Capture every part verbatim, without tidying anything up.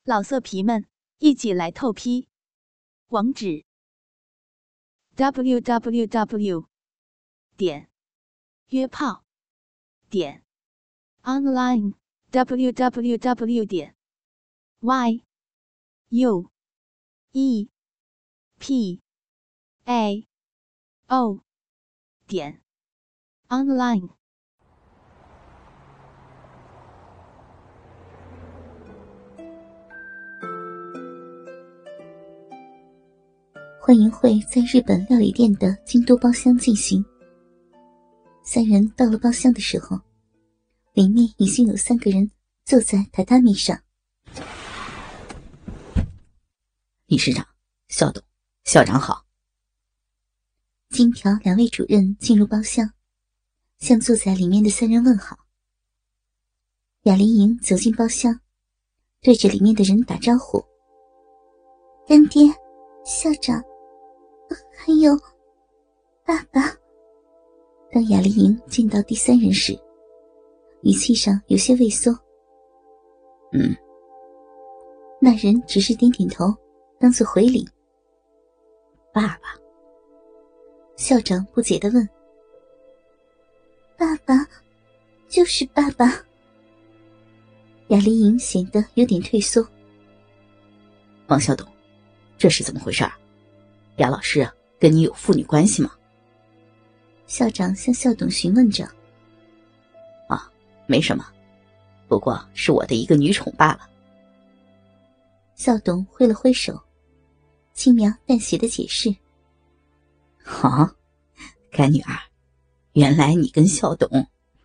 老色皮们，一起来透批！网址 ：double u double u double u 点约炮点 online double u double u double u 点 y u e p a o 点 online。 欢迎会在日本料理店的京都包厢进行。三人到了包厢的时候，里面已经有三个人坐在榻榻米上。 理事长、校董、校长好。 金条两位主任进入包厢，向坐在里面的三人问好。雅丽莹走进包厢，对着里面的人打招呼：干爹、校长，还有爸爸。当雅丽莹见到第三人时，语气上有些畏缩。 嗯。 那人只是点点头，当作回礼。 爸爸。 校长不解地问：爸爸就是爸爸。雅丽莹显得有点退缩。 王校董，这是怎么回事？雅老师啊，跟你有父女关系吗？ 校长向校董询问着。 啊，没什么，不过是我的一个女宠罢了。 校董挥了挥手，轻描淡写的解释。 啊，干女儿，原来你跟校董。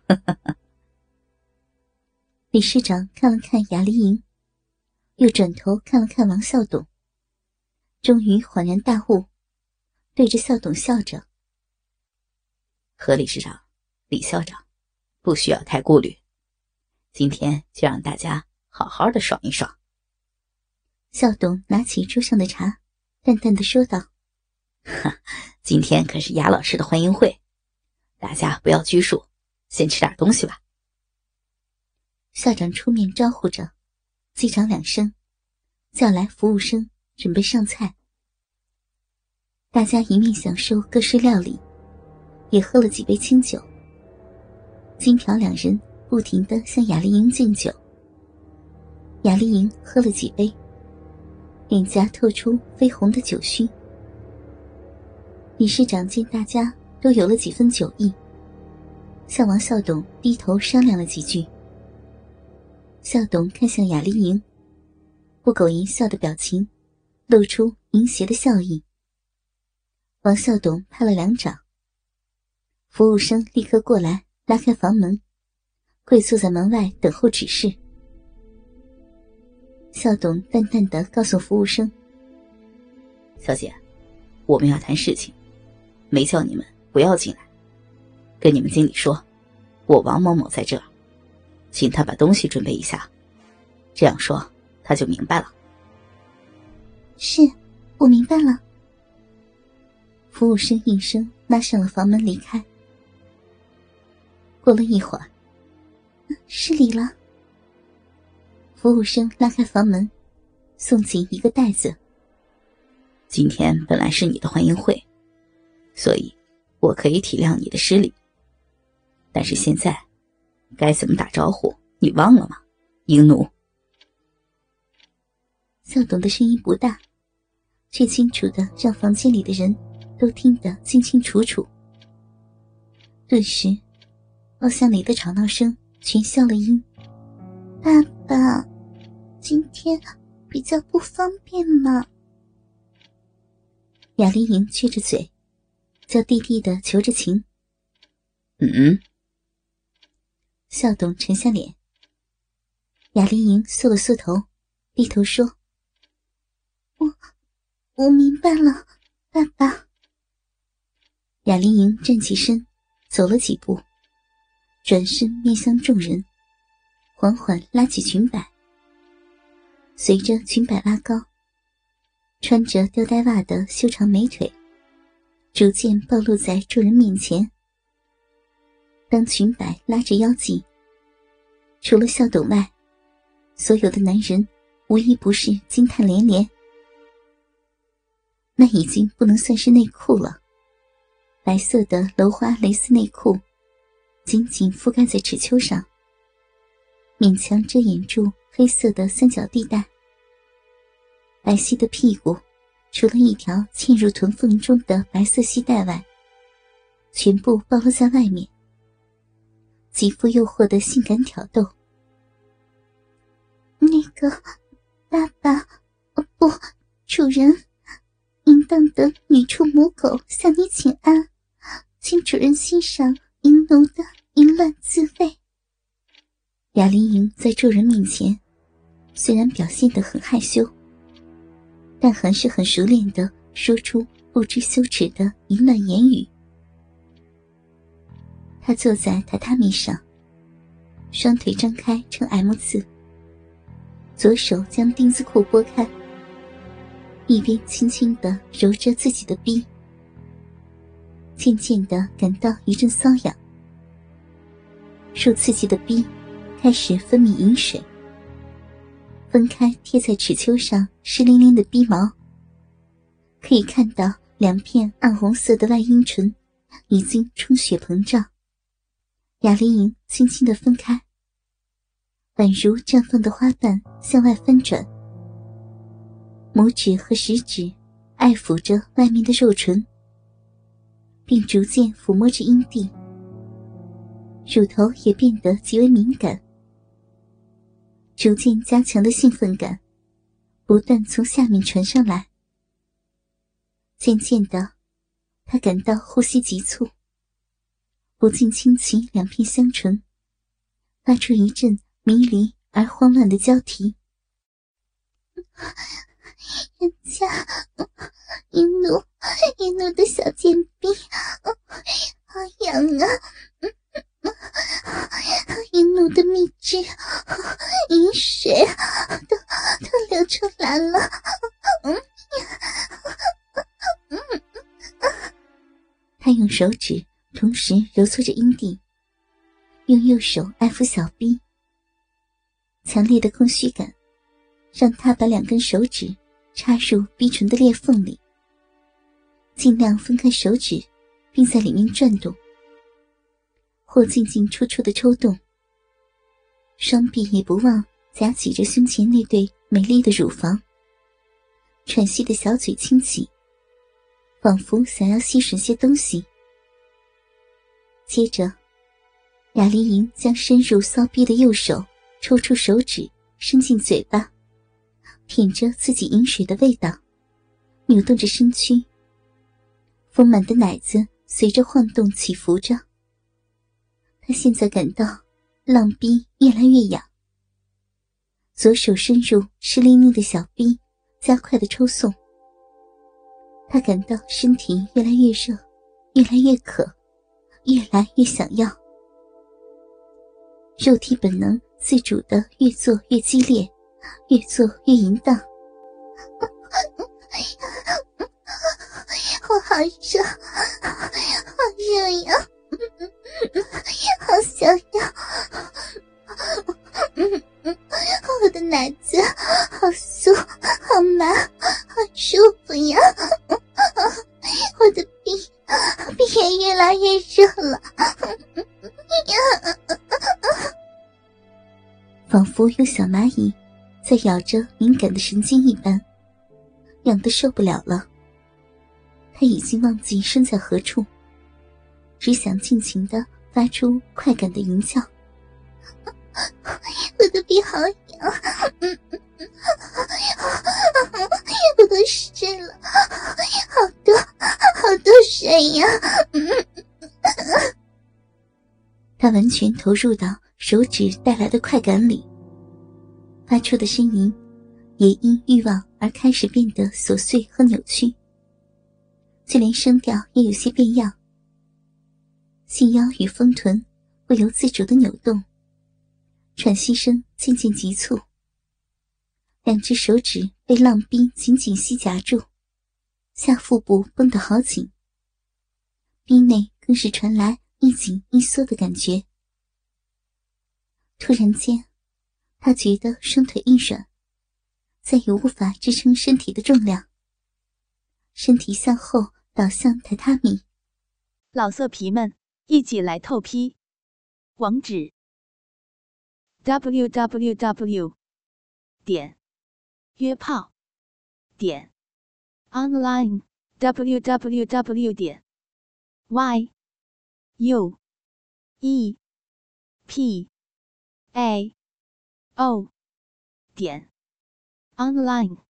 理事长看了看雅丽莹，又转头看了看王校董，终于恍然大悟，对着校董笑着。 何理事长、李校长，不需要太顾虑，今天就让大家好好的爽一爽。 校董拿起桌上的茶，淡淡的说道： 今天可是雅老师的欢迎会，大家不要拘束，先吃点东西吧。 校长出面招呼着，击掌两声，叫来服务生准备上菜。大家一面享受各式料理，也喝了几杯清酒。金条两人不停地向雅丽莹敬酒。雅丽莹喝了几杯，脸颊透出绯红的酒熏。理事长见大家都有了几分酒意，向王校董低头商量了几句。校董看向雅丽莹，不苟言笑的表情露出淫邪的笑意。王校董拍了两掌，服务生立刻过来拉开房门，跪坐在门外等候指示。校董淡淡地告诉服务生： 小姐，我们要谈事情，没叫你们不要进来，跟你们经理说，我王某某在这儿，请他把东西准备一下，这样说他就明白了。 是，我明白了。服务生应声拉上了房门离开。过了一会儿，失礼了。服务生拉开房门，送进一个袋子。 今天本来是你的欢迎会，所以我可以体谅你的失礼，但是现在该怎么打招呼你忘了吗，英奴？ 校董的声音不大，却清楚地让房间里的人都听得清清楚楚。顿时包厢里的吵闹声全消了音。爸爸，今天比较不方便嘛。雅丽莹撅着嘴，叫弟弟的求着情。 嗯。 校董沉下脸。雅丽莹缩了缩头，低头说：我我明白了，爸爸。雅丽莹站起身，走了几步，转身面向众人，缓缓拉起裙摆。随着裙摆拉高，穿着吊带袜的修长美腿逐渐暴露在众人面前。当裙摆拉着腰际，除了校董外，所有的男人无一不是惊叹连连。那已经不能算是内裤了，白色的镂花蕾丝内裤紧紧覆盖在耻丘上，勉强遮掩住黑色的三角地带。白皙的屁股除了一条嵌入臀缝中的白色系带外，全部暴露在外面，极富诱惑的性感挑逗。那个爸爸，哦不，主人，淫荡的女畜母狗向你请安，请主人欣赏淫奴的淫乱滋味。雅琳莹在众人面前虽然表现得很害羞，但还是很熟练地说出不知羞耻的淫乱言语。她坐在榻榻米上，双腿张开成 M 字，左手将丁字裤拨开，一边轻轻地揉着自己的逼，渐渐地感到一阵瘙痒，受刺激的逼开始分泌饮水，分开贴在齿丘上湿淋淋的逼毛，可以看到两片暗红色的外阴唇已经充血膨胀。雅琳莹轻轻地分开，宛如绽放的花瓣向外翻转，拇指和食指爱抚着外面的肉唇，并逐渐抚摸着阴蒂，乳头也变得极为敏感。逐渐加强的兴奋感不断从下面传上来，渐渐的他感到呼吸急促，不禁轻启两片香唇，发出一阵迷离而慌乱的交替。人家淫奴淫奴的小贱逼好痒啊，淫奴的蜜汁饮水都都流出来了。他用手指同时揉搓着阴蒂，用右手爱抚小臂，强烈的空虚感让他把两根手指插入逼唇的裂缝里，尽量分开手指并在里面转动或进进出出的抽动，双臂也不忘夹挤着胸前那对美丽的乳房，喘息的小嘴轻启，仿佛想要吸吮些东西。接着雅琳莹将深入骚逼的右手抽出手指伸进嘴巴，舔着自己饮水的味道，扭动着身躯，丰满的奶子随着晃动起伏着。她现在感到浪逼越来越痒，左手伸入湿淋淋的小逼，加快的抽送。她感到身体越来越热，越来越渴，越来越想要，肉体本能自主的越做越激烈，越做越淫荡。我好热，好热呀，好想要。我的奶子好酥，好麻，好舒服呀。我的逼逼也越来越热了，仿佛有小蚂蚁在咬着敏感的神经一般，痒得受不了了。他已经忘记身在何处，只想尽情地发出快感的吟叫。我的鼻好痒，我都湿了，好多好多水呀。他完全投入到手指带来的快感里，发出的呻吟也因欲望而开始变得琐碎和扭曲，就连声调也有些变样，细腰与丰臀不由自主地扭动，喘息声渐渐急促，两只手指被浪逼紧紧吸夹住，下腹部绷得好紧，逼内更是传来一紧一缩的感觉。突然间他觉得双腿一软， 再也无法支撑身体的重量，身体向后倒向榻榻米。 老色皮们，一起来透批！网址 ：double u double u double u 点约炮点 online w w w 点 y u e p a o 点 online。